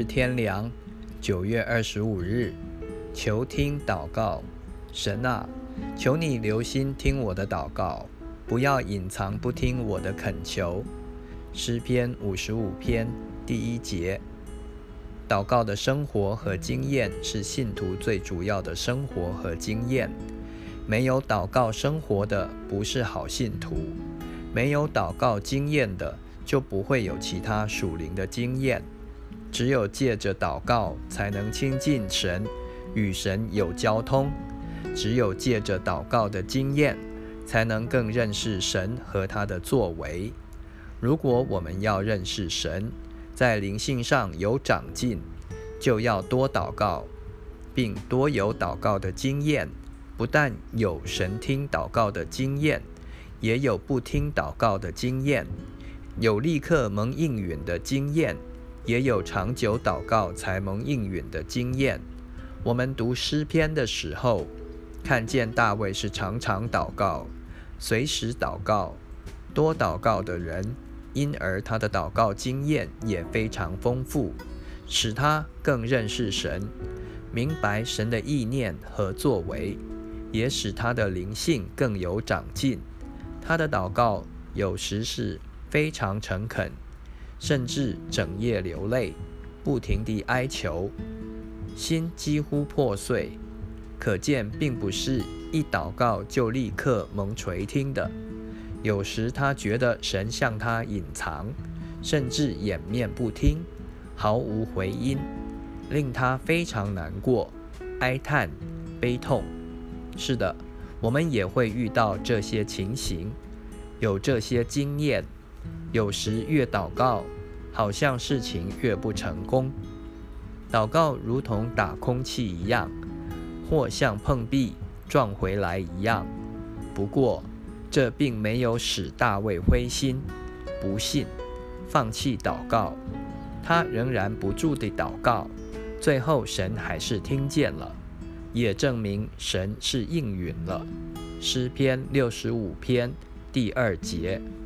日天良9月25日，求听祷告。神啊，求你留心听我的祷告，不要隐藏不听我的恳求。诗篇55篇第1节。祷告的生活和经验是信徒最主要的生活和经验。没有祷告生活的不是好信徒，没有祷告经验的就不会有其他属灵的经验。只有借着祷告才能亲近神，与神有交通。只有借着祷告的经验，才能更认识神和他的作为。如果我们要认识神，在灵性上有长进，就要多祷告，并多有祷告的经验。不但有神听祷告的经验，也有不听祷告的经验，有立刻蒙应允的经验，也有长久祷告才蒙应允的经验。我们读诗篇的时候，看见大卫是常常祷告，随时祷告，多祷告的人，因而他的祷告经验也非常丰富，使他更认识神，明白神的意念和作为，也使他的灵性更有长进。他的祷告有时是非常诚恳，甚至整夜流泪，不停地哀求，心几乎破碎。可见并不是一祷告就立刻蒙垂听的。有时他觉得神向他隐藏，甚至掩面不听，毫无回音，令他非常难过，哀叹悲痛。是的，我们也会遇到这些情形，有这些经验。有时越祷告，好像事情越不成功。祷告如同打空气一样，或像碰壁撞回来一样。不过，这并没有使大卫灰心、不信、放弃祷告。他仍然不住地祷告，最后神还是听见了，也证明神是应允了。诗篇65篇第2节。